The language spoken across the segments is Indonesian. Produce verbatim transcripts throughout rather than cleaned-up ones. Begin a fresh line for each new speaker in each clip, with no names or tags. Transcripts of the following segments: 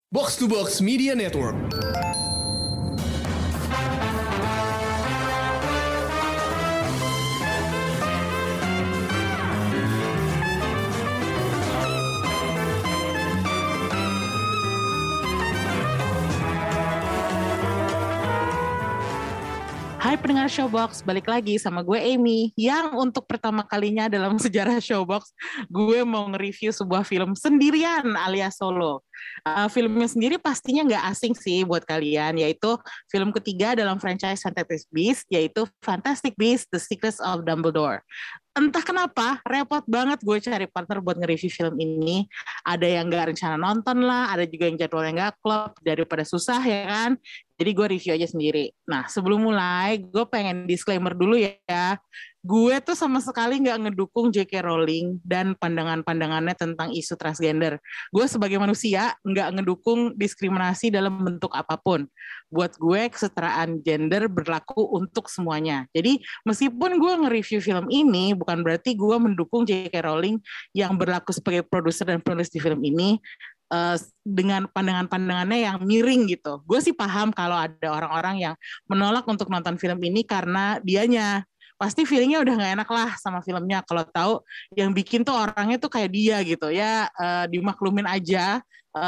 Box to Box Media Network.
Hai pendengar Showbox, balik lagi sama gue Amy yang untuk pertama kalinya dalam sejarah Showbox gue mau nge-review sebuah film sendirian alias solo. Uh, filmnya sendiri pastinya nggak asing sih buat kalian, yaitu film ketiga dalam franchise Fantastic Beasts, yaitu Fantastic Beasts: The Secrets of Dumbledore. Entah kenapa, repot banget gue cari partner buat nge-review film ini. Ada yang nggak rencana nonton lah, ada juga yang jadwalnya nggak klop, daripada susah ya kan. Jadi gue review aja sendiri. Nah, sebelum mulai, gue pengen disclaimer dulu ya. Gue tuh sama sekali nggak ngedukung J K Rowling dan pandangan-pandangannya tentang isu transgender. Gue sebagai manusia nggak ngedukung diskriminasi dalam bentuk apapun. Buat gue, kesetaraan gender berlaku untuk semuanya. Jadi, meskipun gue nge-review film ini, bukan berarti gue mendukung J K Rowling yang berlaku sebagai produser dan penulis di film ini, Uh, dengan pandangan-pandangannya yang miring gitu. Gue sih paham kalau ada orang-orang yang menolak untuk nonton film ini karena dianya pasti feelingnya udah nggak enak lah sama filmnya. Kalau tahu yang bikin tuh orangnya tuh kayak dia gitu ya, uh, dimaklumin aja.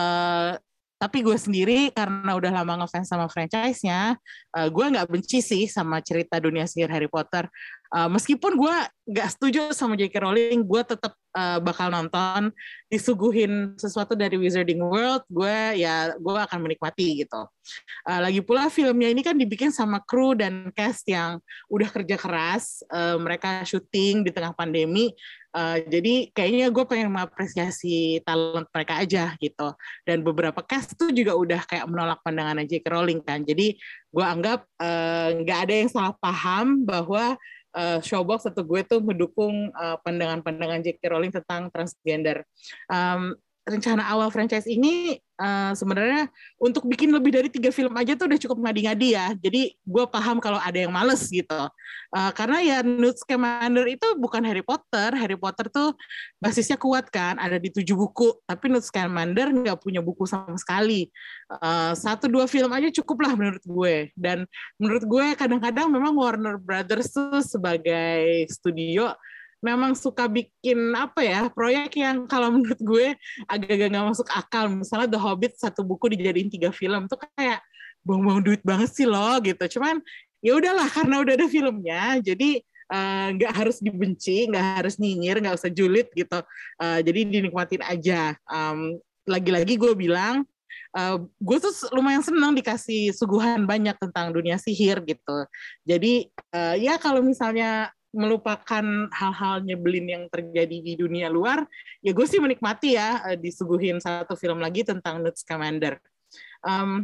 Uh, tapi gue sendiri karena udah lama ngefans sama franchise-nya, uh, gue nggak benci sih sama cerita dunia sihir Harry Potter. Uh, meskipun gue nggak setuju sama J K Rowling, gue tetap uh, bakal nonton. Disuguhin sesuatu dari Wizarding World, gue ya gue akan menikmati gitu. Uh, lagi pula filmnya ini kan dibikin sama kru dan cast yang udah kerja keras, uh, mereka syuting di tengah pandemi. Uh, jadi kayaknya gue pengen mengapresiasi talent mereka aja gitu. Dan beberapa cast tuh juga udah kayak menolak pandangan J K Rowling kan. Jadi gue anggap nggak uh, ada yang salah paham bahwa uh, Showbox atau gue tuh mendukung uh, pandangan-pandangan J K Rowling tentang transgender. Um, rencana awal franchise ini uh, sebenarnya untuk bikin lebih dari tiga film aja tuh udah cukup ngadi-ngadi ya. Jadi gue paham kalau ada yang males gitu. Uh, karena ya Newt Scamander itu bukan Harry Potter. Harry Potter tuh basisnya kuat kan, ada di tujuh buku. Tapi Newt Scamander nggak punya buku sama sekali. Uh, satu dua film aja cukup lah menurut gue. Dan menurut gue kadang-kadang memang Warner Brothers tuh sebagai studio memang suka bikin apa ya, proyek yang kalau menurut gue agak-agak nggak masuk akal. Misalnya The Hobbit satu buku dijadiin tiga film tuh kayak buang-buang duit banget sih loh gitu. Cuman ya udahlah karena udah ada filmnya, jadi nggak uh, harus dibenci, nggak harus nyinyir, nggak usah julid gitu. Uh, jadi dinikmatin aja. Um, lagi-lagi gue bilang, uh, gue tuh lumayan senang dikasih suguhan banyak tentang dunia sihir gitu. Jadi uh, ya kalau misalnya melupakan hal-hal nyebelin yang terjadi di dunia luar, ya gue sih menikmati ya disuguhin satu film lagi tentang Newt Scamander. Um,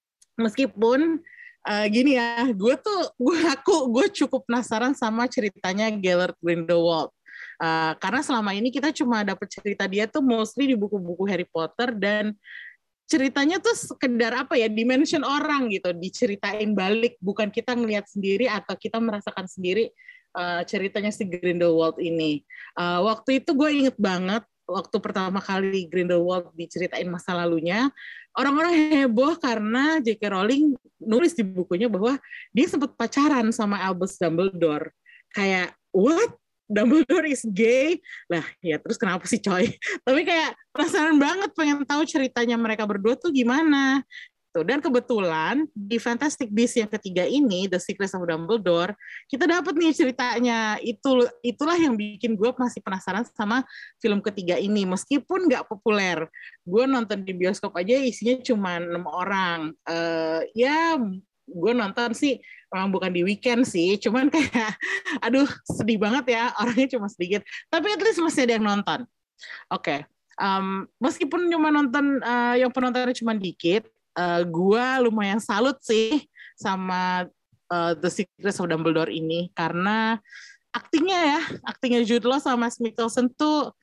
meskipun uh, gini ya, gue tuh gue aku gue cukup penasaran sama ceritanya Gellert Grindelwald. Uh, karena selama ini kita cuma dapet cerita dia tuh mostly di buku-buku Harry Potter dan ceritanya tuh sekedar apa ya, dimension orang gitu, diceritain balik, bukan kita ngelihat sendiri atau kita merasakan sendiri Uh, ceritanya si Grindelwald ini. Uh, waktu itu gue inget banget, waktu pertama kali Grindelwald diceritain masa lalunya, orang-orang heboh karena J K Rowling nulis di bukunya bahwa dia sempat pacaran sama Albus Dumbledore. Kayak, what? Dumbledore is gay? Lah, ya terus kenapa sih coy? Tapi kayak penasaran banget pengen tahu ceritanya mereka berdua tuh gimana. Dan kebetulan di Fantastic Beasts yang ketiga ini, The Secrets of Dumbledore, kita dapat nih ceritanya. Itu itulah yang bikin gue masih penasaran sama film ketiga ini. Meskipun nggak populer, gue nonton di bioskop aja isinya cuma enam orang. Uh, ya, gue nonton sih memang bukan di weekend sih, cuman kayak, aduh sedih banget ya, orangnya cuma sedikit. Tapi at least masih ada yang nonton. Oke, okay. um, meskipun cuma nonton uh, yang penontonnya cuma dikit, Uh, gue lumayan salut sih sama uh, The Secrets of Dumbledore ini karena aktingnya ya, aktingnya Jude Law sama Mads Mikkelsen tuh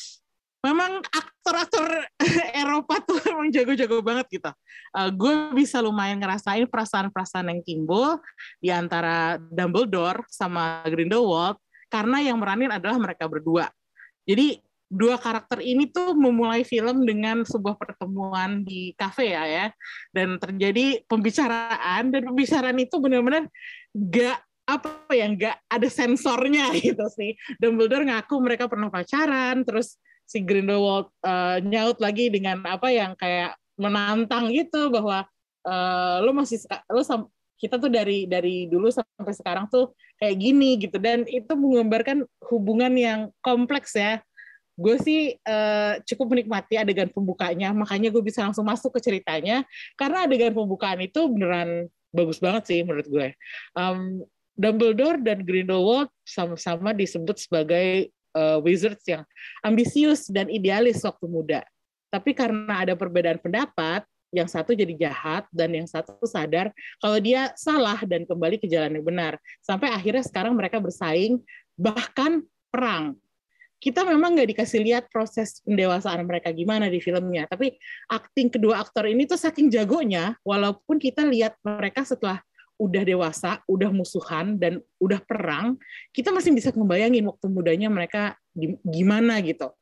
memang aktor-aktor Eropa tuh emang jago-jago banget gitu. Uh, gue bisa lumayan ngerasain perasaan-perasaan yang timbul di antara Dumbledore sama Grindelwald karena yang meranin adalah mereka berdua. Jadi dua karakter ini tuh memulai film dengan sebuah pertemuan di kafe ya ya, dan terjadi pembicaraan, dan pembicaraan itu benar-benar gak apa ya, gak ada sensornya gitu sih. Dumbledore ngaku mereka pernah pacaran, terus si Grindelwald uh, nyaut lagi dengan apa yang kayak menantang gitu, bahwa uh, lo masih lo kita tuh dari dari dulu sampai sekarang tuh kayak gini gitu, dan itu menggambarkan hubungan yang kompleks ya. Gue sih uh, cukup menikmati adegan pembukanya, makanya gue bisa langsung masuk ke ceritanya, karena adegan pembukaan itu beneran bagus banget sih menurut gue. Um, Dumbledore dan Grindelwald sama-sama disebut sebagai uh, wizards yang ambisius dan idealis waktu muda. Tapi karena ada perbedaan pendapat, yang satu jadi jahat dan yang satu sadar kalau dia salah dan kembali ke jalan yang benar. Sampai akhirnya sekarang mereka bersaing, bahkan perang. Kita memang nggak dikasih lihat proses pendewasaan mereka gimana di filmnya, tapi akting kedua aktor ini tuh saking jagonya, walaupun kita lihat mereka setelah udah dewasa, udah musuhan, dan udah perang, kita masih bisa ngebayangin waktu mudanya mereka gimana gitu.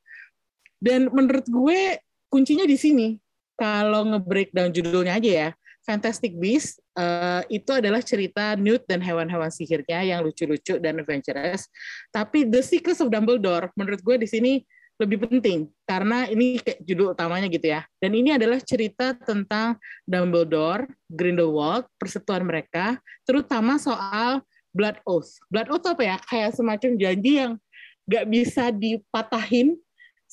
Dan menurut gue kuncinya di sini, kalau nge-breakdown judulnya aja ya, Fantastic Beasts uh, itu adalah cerita Newt dan hewan-hewan sihirnya yang lucu-lucu dan adventurous. Tapi The Secrets of Dumbledore menurut gue di sini lebih penting karena ini kayak judul utamanya gitu ya. Dan ini adalah cerita tentang Dumbledore, Grindelwald, persatuan mereka, terutama soal Blood Oath. Blood Oath apa ya? Kayak semacam janji yang nggak bisa dipatahin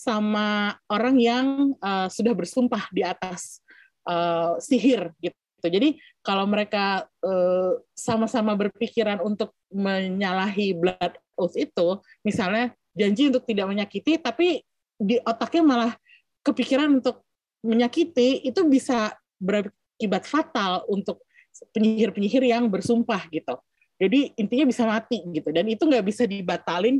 sama orang yang uh, sudah bersumpah di atas Uh, sihir gitu. Jadi kalau mereka uh, sama-sama berpikiran untuk menyalahi Blood Oath itu, misalnya janji untuk tidak menyakiti, tapi di otaknya malah kepikiran untuk menyakiti, itu bisa berakibat fatal untuk penyihir-penyihir yang bersumpah gitu. Jadi intinya bisa mati gitu, dan itu nggak bisa dibatalin.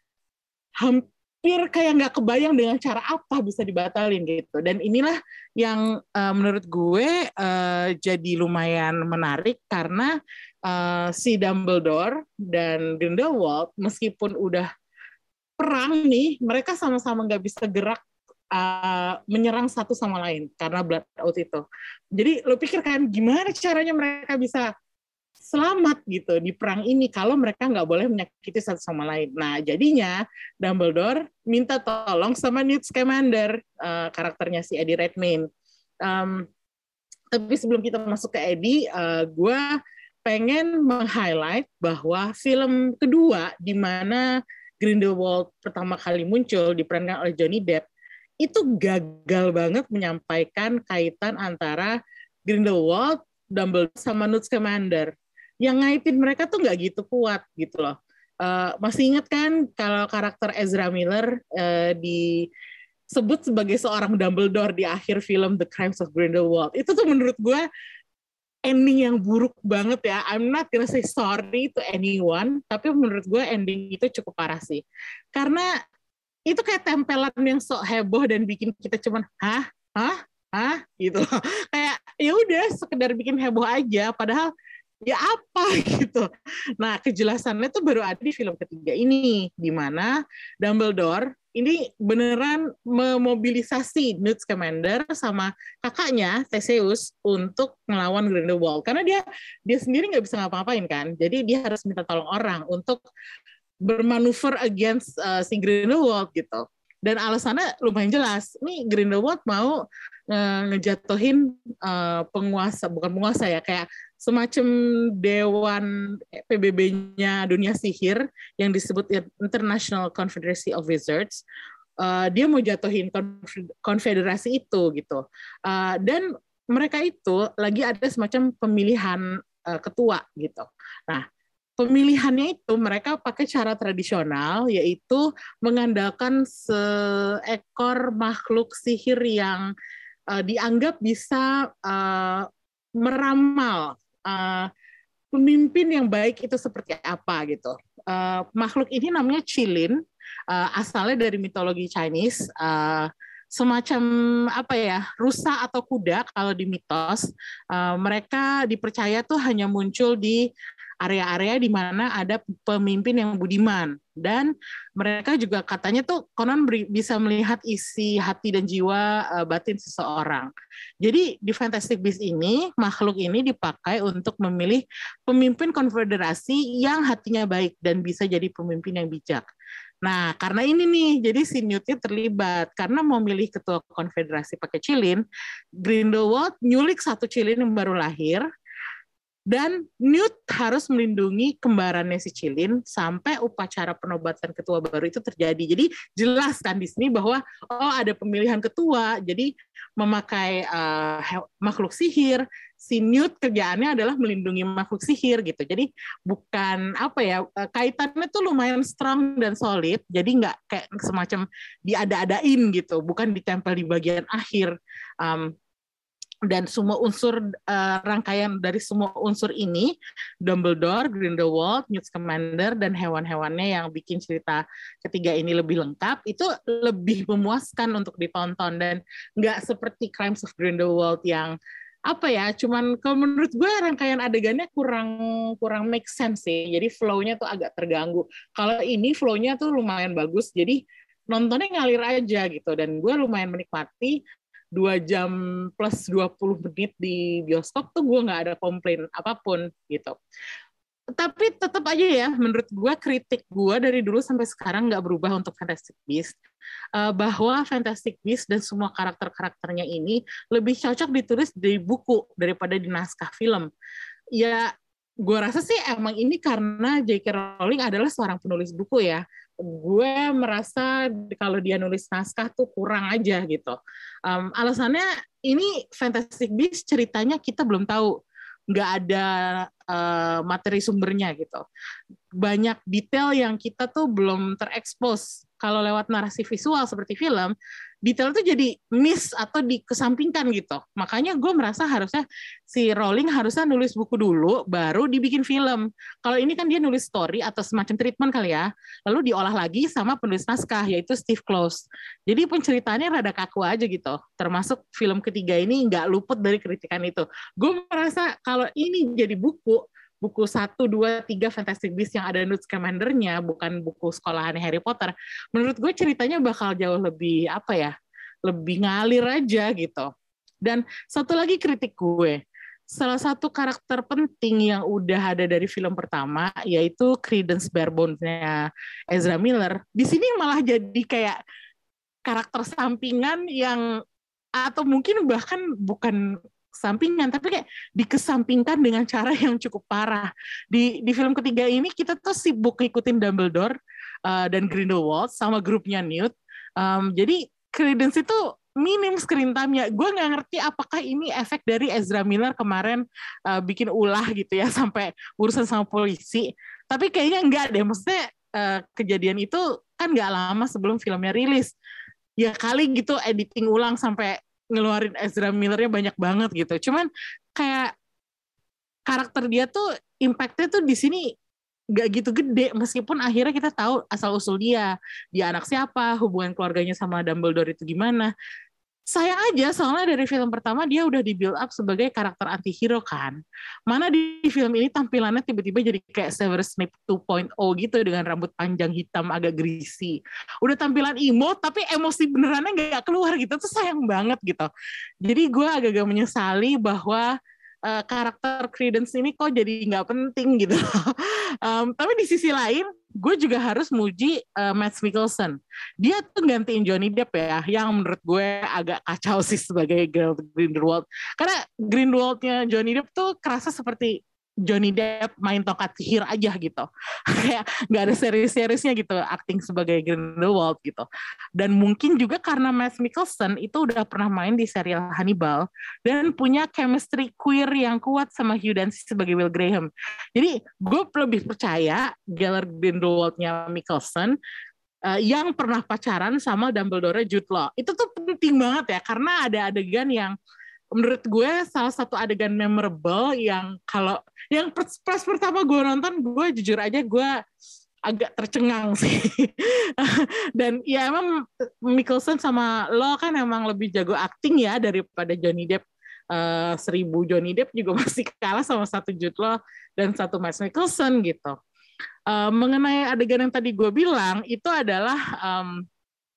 Hampir kayak nggak kebayang dengan cara apa bisa dibatalin gitu. Dan inilah yang uh, menurut gue uh, jadi lumayan menarik karena uh, si Dumbledore dan Grindelwald meskipun udah perang nih, mereka sama-sama nggak bisa gerak uh, menyerang satu sama lain karena Blood Oath itu. Jadi lo pikir kan gimana caranya mereka bisa selamat gitu di perang ini kalau mereka nggak boleh menyakiti satu sama lain. Nah jadinya Dumbledore minta tolong sama Newt Scamander, uh, karakternya si Eddie Redmayne. Um, tapi sebelum kita masuk ke Eddie, uh, gue pengen meng-highlight bahwa film kedua di mana Grindelwald pertama kali muncul diperankan oleh Johnny Depp itu gagal banget menyampaikan kaitan antara Grindelwald, Dumbledore sama Newt Scamander. Yang ngaitin mereka tuh nggak gitu kuat gitu loh. Uh, masih ingat kan kalau karakter Ezra Miller uh, disebut sebagai seorang Dumbledore di akhir film The Crimes of Grindelwald. Itu tuh menurut gue ending yang buruk banget ya. I'm not gonna say sorry to anyone, tapi menurut gue ending itu cukup parah sih. Karena itu kayak tempelan yang sok heboh dan bikin kita cuman hah, hah, hah gitu loh. Kayak ya udah sekedar bikin heboh aja, padahal ya apa gitu. Nah kejelasannya tuh baru ada di film ketiga ini, di mana Dumbledore ini beneran memobilisasi Newt Scamander sama kakaknya Theseus untuk ngelawan Grindelwald karena dia dia sendiri nggak bisa ngapa-ngapain kan, jadi dia harus minta tolong orang untuk bermanuver against uh, si Grindelwald gitu. Dan alasannya lumayan jelas, nih Grindelwald mau uh, ngejatuhin uh, penguasa, bukan penguasa ya, kayak semacam dewan P B B-nya dunia sihir yang disebut International Confederacy of Wizards. Uh, dia mau jatuhin konfederasi itu gitu. Uh, dan mereka itu lagi ada semacam pemilihan uh, ketua gitu. Nah, pemilihannya itu mereka pakai cara tradisional, yaitu mengandalkan seekor makhluk sihir yang uh, dianggap bisa uh, meramal uh, pemimpin yang baik itu seperti apa gitu. Uh, makhluk ini namanya Qilin, uh, asalnya dari mitologi Chinese. Uh, semacam apa ya, rusa atau kuda kalau di mitos. Uh, mereka dipercaya tuh hanya muncul di area-area di mana ada pemimpin yang budiman. Dan mereka juga katanya tuh konon beri, bisa melihat isi hati dan jiwa uh, batin seseorang. Jadi di Fantastic Beasts ini, makhluk ini dipakai untuk memilih pemimpin konfederasi yang hatinya baik dan bisa jadi pemimpin yang bijak. Nah, karena ini nih, jadi si Newt-nya terlibat. Karena mau milih ketua konfederasi pakai cilin, Grindelwald nyulik satu cilin yang baru lahir, dan Newt harus melindungi kembarannya si Cilin sampai upacara penobatan ketua baru itu terjadi. Jadi jelas kan di sini bahwa oh ada pemilihan ketua, jadi memakai uh, makhluk sihir, si Newt kerjaannya adalah melindungi makhluk sihir gitu. Jadi bukan apa ya, kaitannya tuh lumayan strong dan solid, jadi nggak kayak semacam diada-adain gitu, bukan ditempel di bagian akhir. Um, Dan semua unsur uh, rangkaian dari semua unsur ini, Dumbledore, Grindelwald, Newt Scamander, dan hewan-hewannya yang bikin cerita ketiga ini lebih lengkap, itu lebih memuaskan untuk ditonton dan nggak seperti Crimes of Grindelwald yang apa ya, cuman kalau menurut gue rangkaian adegannya kurang kurang make sense sih, jadi flow-nya tuh agak terganggu. Kalau ini flow-nya tuh lumayan bagus, jadi nontonnya ngalir aja gitu, dan gue lumayan menikmati. Dua jam plus dua puluh menit di bioskop tuh gue nggak ada komplain apapun gitu. Tapi tetap aja ya, menurut gue kritik gue dari dulu sampai sekarang nggak berubah untuk Fantastic Beasts, uh, bahwa Fantastic Beasts dan semua karakter-karakternya ini lebih cocok ditulis di buku daripada di naskah film. Ya, gue rasa sih emang ini karena J K Rowling adalah seorang penulis buku ya. Gue merasa kalau dia nulis naskah tuh kurang aja gitu. Um, alasannya ini Fantastic Beasts ceritanya kita belum tahu, nggak ada uh, materi sumbernya gitu. Banyak detail yang kita tuh belum terekspos. Kalau lewat narasi visual seperti film, detail itu jadi miss atau dikesampingkan gitu. Makanya gue merasa harusnya si Rowling harusnya nulis buku dulu, baru dibikin film. Kalau ini kan dia nulis story atau semacam treatment kali ya, lalu diolah lagi sama penulis naskah, yaitu Steve Kloves. Jadi penceritaannya rada kaku aja gitu. Termasuk film ketiga ini nggak luput dari kritikan itu. Gue merasa kalau ini jadi buku, buku satu, dua, tiga Fantastic Beasts yang ada Newt Scamander-nya, bukan buku sekolahan Harry Potter, menurut gue ceritanya bakal jauh lebih, apa ya, lebih ngalir aja gitu. Dan satu lagi kritik gue, salah satu karakter penting yang udah ada dari film pertama, yaitu Credence Barebones-nya Ezra Miller, di sini malah jadi kayak karakter sampingan yang, atau mungkin bahkan bukan sampingan, tapi kayak dikesampingkan dengan cara yang cukup parah. Di di film ketiga ini kita tuh sibuk ngikutin Dumbledore uh, dan Grindelwald sama grupnya Newt. Um, jadi Credence itu minim screen time-nya. Gue nggak ngerti apakah ini efek dari Ezra Miller kemarin uh, bikin ulah gitu ya sampai urusan sama polisi. Tapi kayaknya enggak deh. Maksudnya uh, kejadian itu kan nggak lama sebelum filmnya rilis. Ya kali gitu editing ulang sampai ngeluarin Ezra Miller-nya banyak banget gitu. Cuman kayak karakter dia tuh impact-nya tuh di sini gak gitu gede, meskipun akhirnya kita tahu asal-usul dia. Dia anak siapa, hubungan keluarganya sama Dumbledore itu gimana. Sayang aja, soalnya dari film pertama dia udah di build up sebagai karakter anti-hero kan. Mana di film ini tampilannya tiba-tiba jadi kayak Severus Snape dua titik nol gitu dengan rambut panjang hitam agak greasy. Udah tampilan emo tapi emosi benerannya gak keluar gitu, tuh sayang banget gitu. Jadi gue agak-agak menyesali bahwa uh, karakter Credence ini kok jadi gak penting gitu. um, tapi di sisi lain, gue juga harus muji uh, Mads Mikkelsen. Dia tuh gantiin Johnny Depp ya, yang menurut gue agak kacau sih sebagai Grindelwald. Karena Grindelwald-nya Johnny Depp tuh kerasa seperti Johnny Depp main tongkat sihir aja gitu. Kayak gak ada serius-seriusnya gitu acting sebagai Grindelwald gitu. Dan mungkin juga karena Mads Mikkelsen itu udah pernah main di serial Hannibal dan punya chemistry queer yang kuat sama Hugh Dancy sebagai Will Graham. Jadi gue lebih percaya Gellert Grindelwald-nya Mikkelsen uh, yang pernah pacaran sama Dumbledore Jude Law. Itu tuh penting banget ya, karena ada adegan yang menurut gue salah satu adegan memorable yang kalau yang pas pertama gue nonton, gue jujur aja gue agak tercengang sih. Dan ya emang Mikkelsen sama Law kan emang lebih jago acting ya daripada Johnny Depp. uh, seribu Johnny Depp juga masih kalah sama satu Jude Law dan satu Mads Mikkelsen gitu. Uh, mengenai adegan yang tadi gue bilang itu adalah um,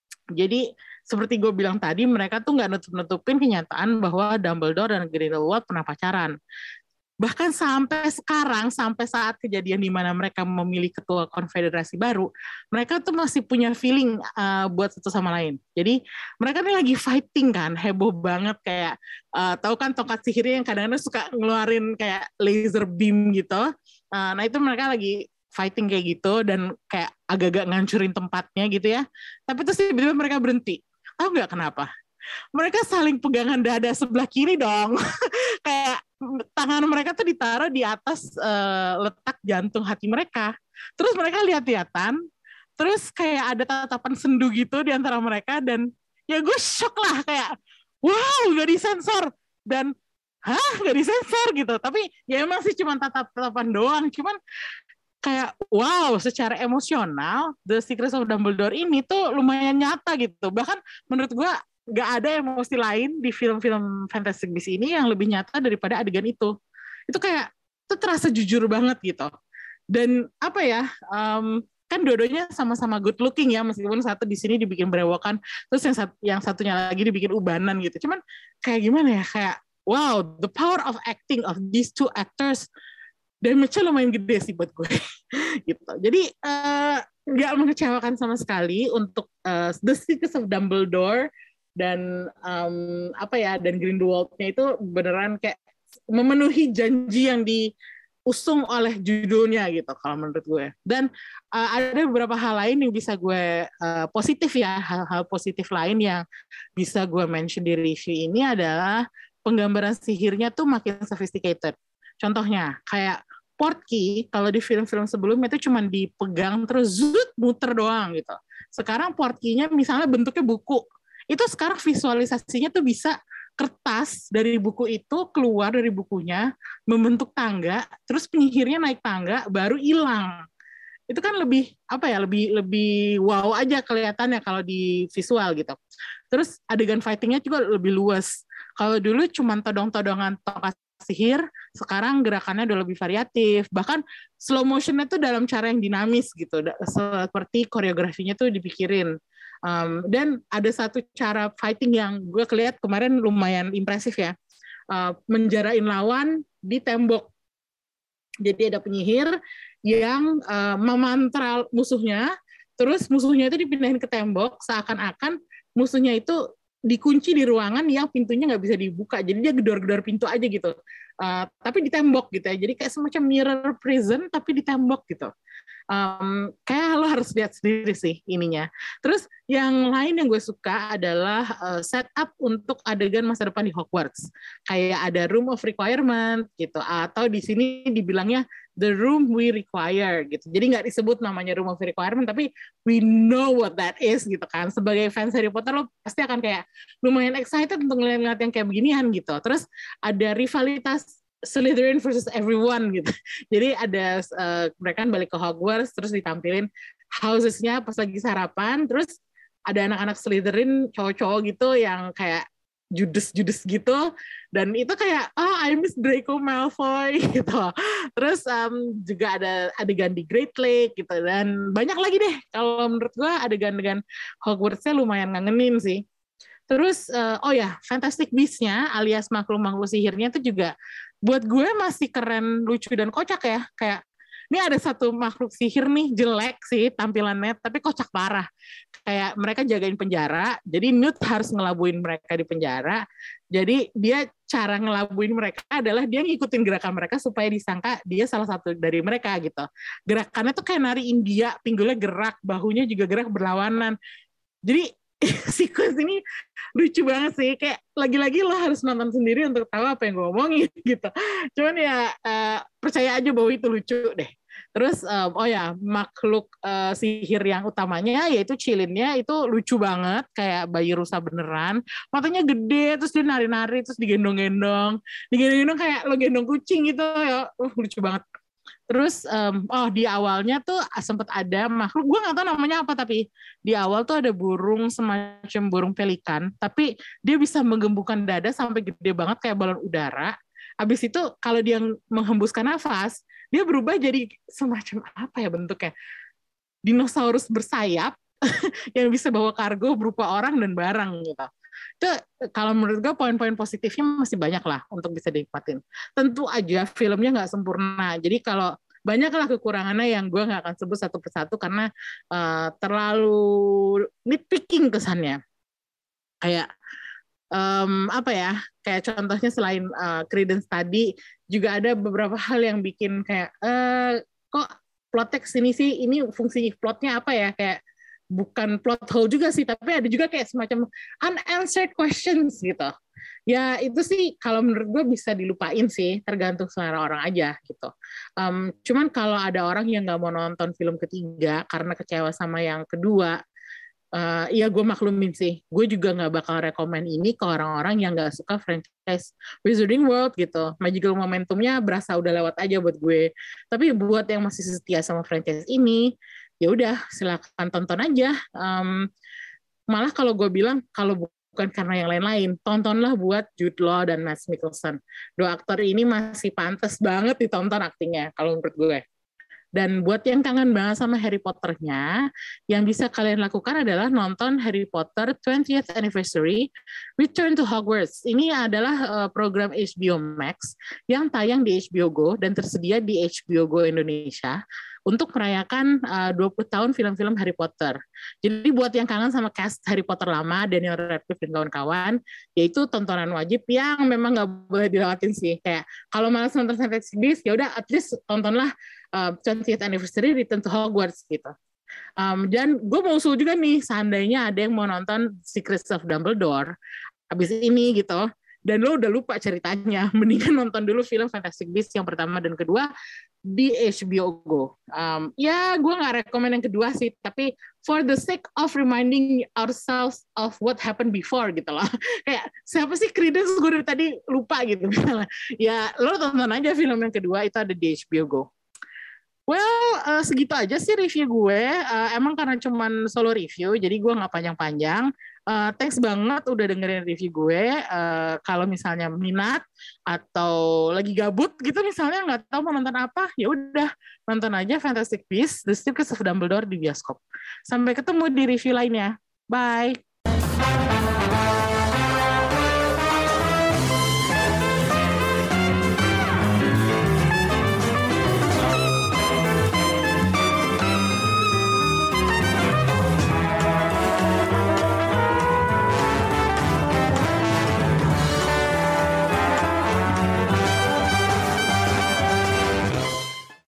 jadi seperti gue bilang tadi, mereka tuh nggak nutup-nutupin kenyataan bahwa Dumbledore dan Grindelwald pernah pacaran. Bahkan sampai sekarang, sampai saat kejadian di mana mereka memilih ketua konfederasi baru, mereka tuh masih punya feeling uh, buat satu sama lain. Jadi mereka nih lagi fighting kan, heboh banget kayak, uh, tahu kan tongkat sihirnya yang kadang-kadang suka ngeluarin kayak laser beam gitu. Uh, nah itu mereka lagi fighting kayak gitu dan kayak agak-agak ngancurin tempatnya gitu ya. Tapi terus tiba-tiba mereka berhenti. Tahu nggak kenapa? Mereka saling pegangan dada sebelah kiri dong. Kayak tangan mereka tuh ditaruh di atas uh, letak jantung hati mereka. Terus mereka lihat-lihatan. Terus kayak ada tatapan sendu gitu di antara mereka. Dan ya gue shock lah. Kayak wow gak disensor. Dan hah gak disensor gitu. Tapi ya emang sih cuma tatap-tatapan doang. Cuman kayak wow secara emosional The Secrets of Dumbledore ini tuh lumayan nyata gitu. Bahkan menurut gue gak ada emosi lain di film-film Fantastic Beasts ini yang lebih nyata daripada adegan itu. Itu kayak itu terasa jujur banget gitu. Dan apa ya, um, kan dua-duanya sama-sama good looking ya, meskipun satu di sini dibikin berewokan, terus yang, sat- yang satunya lagi dibikin ubanan gitu. Cuman kayak gimana ya, kayak wow the power of acting of these two actors damage-nya lumayan gede sih buat gue gitu. Jadi nggak uh, mengecewakan sama sekali untuk uh, The Secrets of Dumbledore dan um, apa ya dan Grindelwald-nya itu beneran kayak memenuhi janji yang diusung oleh judulnya gitu kalau menurut gue. Dan uh, ada beberapa hal lain yang bisa gue uh, positif ya, hal-hal positif lain yang bisa gue mention di review ini adalah penggambaran sihirnya tuh makin sophisticated. Contohnya kayak portkey kalau di film-film sebelumnya itu cuma dipegang terus zut muter doang gitu. Sekarang portkey-nya misalnya bentuknya buku. Itu sekarang visualisasinya tuh bisa kertas dari buku itu keluar dari bukunya membentuk tangga, terus penyihirnya naik tangga baru hilang. Itu kan lebih apa ya, lebih lebih wow aja kelihatannya kalau di visual gitu. Terus adegan fighting-nya juga lebih luas. Kalau dulu cuma todong-todongan tongkat sihir, sekarang gerakannya udah lebih variatif. Bahkan slow motion-nya tuh dalam cara yang dinamis gitu, seperti koreografinya tuh dipikirin. Um, dan ada satu cara fighting yang gue kelihat kemarin lumayan impresif ya, uh, menjarain lawan di tembok. Jadi ada penyihir yang uh, memantra musuhnya, terus musuhnya itu dipindahin ke tembok, seakan-akan musuhnya itu dikunci di ruangan yang pintunya nggak bisa dibuka, jadi dia gedor-gedor pintu aja gitu, uh, tapi di tembok gitu ya, jadi kayak semacam mirror prison tapi di tembok gitu. Um, kayak lo harus lihat sendiri sih ininya. Terus yang lain yang gue suka adalah uh, setup untuk adegan masa depan di Hogwarts. Kayak ada Room of Requirement gitu, atau di sini dibilangnya The Room We Require gitu. Jadi nggak disebut namanya Room of Requirement, tapi we know what that is gitu kan. Sebagai fans Harry Potter lo pasti akan kayak lumayan excited untuk ngeliat-ngeliat yang kayak beginian gitu. Terus ada rivalitas Slytherin versus everyone gitu. Jadi ada uh, mereka kan balik ke Hogwarts, terus ditampilin houses-nya pas lagi sarapan, terus ada anak-anak Slytherin cowok-cowok gitu yang kayak judes-judes gitu, dan itu kayak ah oh, I miss Draco Malfoy gitu. Terus um, juga ada adegan di Great Lake gitu, dan banyak lagi deh. Kalau menurut gue adegan-adegan Hogwarts-nya lumayan ngangenin sih. Terus uh, oh ya, Fantastic Beasts-nya alias makhluk-makhluk sihirnya itu juga buat gue masih keren, lucu dan kocak ya. Kayak ini ada satu makhluk sihir nih, jelek sih tampilannya, tapi kocak parah. Kayak mereka jagain penjara, jadi Newt harus ngelabuin mereka di penjara. Jadi dia cara ngelabuin mereka adalah dia ngikutin gerakan mereka supaya disangka dia salah satu dari mereka gitu. Gerakannya tuh kayak nari India, pinggulnya gerak, bahunya juga gerak berlawanan. Jadi sequence ini lucu banget sih, kayak lagi-lagi lo harus nonton sendiri untuk tahu apa yang gue ngomongin gitu. Cuman ya uh, percaya aja bahwa itu lucu deh. Terus um, oh ya, makhluk uh, sihir yang utamanya yaitu Cilinnya itu lucu banget, kayak bayi rusa beneran, matanya gede, terus dia nari-nari, terus digendong-gendong digendong-gendong kayak lo gendong kucing gitu ya. Uh, lucu banget. Terus um, oh di awalnya tuh sempat ada makhluk, gue nggak tahu namanya apa, tapi di awal tuh ada burung semacam burung pelikan, tapi dia bisa menggembungkan dada sampai gede banget kayak balon udara. Habis itu kalau dia menghembuskan nafas, dia berubah jadi semacam apa ya bentuknya? Dinosaurus bersayap yang bisa bawa kargo berupa orang dan barang gitu. Itu kalau menurut gue poin-poin positifnya masih banyak lah untuk bisa dinikmatin. Tentu aja filmnya nggak sempurna. Jadi kalau banyaklah kekurangannya yang gue nggak akan sebut satu persatu karena uh, terlalu nitpicking kesannya. Kayak um, apa ya? Kayak contohnya selain uh, Credence tadi juga ada beberapa hal yang bikin kayak uh, kok plot text ini sih, ini fungsi plotnya apa ya, kayak bukan plot hole juga sih, tapi ada juga kayak semacam unanswered questions gitu. Ya itu sih kalau menurut gue bisa dilupain sih, tergantung selera orang aja gitu. Um, cuman kalau ada orang yang nggak mau nonton film ketiga karena kecewa sama yang kedua, uh, ya gue maklumin sih. Gue juga nggak bakal rekomen ini ke orang-orang yang nggak suka franchise Wizarding World gitu. Magical momentumnya berasa udah lewat aja buat gue. Tapi buat yang masih setia sama franchise ini, ya udah silakan tonton aja. Um, malah kalau gue bilang kalau bukan karena yang lain-lain, tontonlah buat Jude Law dan Mads Mikkelsen. Dua aktor ini masih pantas banget ditonton aktingnya kalau menurut gue. Dan buat yang kangen banget sama Harry Potter-nya, yang bisa kalian lakukan adalah nonton Harry Potter twentieth Anniversary Return to Hogwarts. Ini adalah uh, program H B O Max yang tayang di H B O Go dan tersedia di H B O Go Indonesia untuk merayakan uh, dua puluh tahun film-film Harry Potter. Jadi buat yang kangen sama cast Harry Potter lama, Daniel Radcliffe dan kawan-kawan, yaitu tontonan wajib yang memang nggak boleh dilewatin sih. Kayak kalau malas nonton Fantastic Beasts, ya udah at least tontonlah Uh, twentieth Anniversary Return to Hogwarts gitu. Um, dan gue mau usul juga nih, seandainya ada yang mau nonton Secrets of Dumbledore abis ini gitu, dan lo udah lupa ceritanya, mendingan nonton dulu film Fantastic Beasts yang pertama dan kedua di H B O Go. Um, ya gue nggak rekomen yang kedua sih, tapi for the sake of reminding ourselves of what happened before gitu loh. Kayak siapa sih Credence, gue dari tadi lupa gitu. Ya lo tonton aja film yang kedua, itu ada di H B O Go. Well, uh, segitu aja sih review gue. Uh, emang karena cuman solo review, jadi gue nggak panjang-panjang. Uh, thanks banget udah dengerin review gue. Uh, kalau misalnya minat atau lagi gabut gitu, misalnya nggak tahu mau nonton apa, ya udah nonton aja Fantastic Beasts: The Secrets of Dumbledore di bioskop. Sampai ketemu di review lainnya. Bye.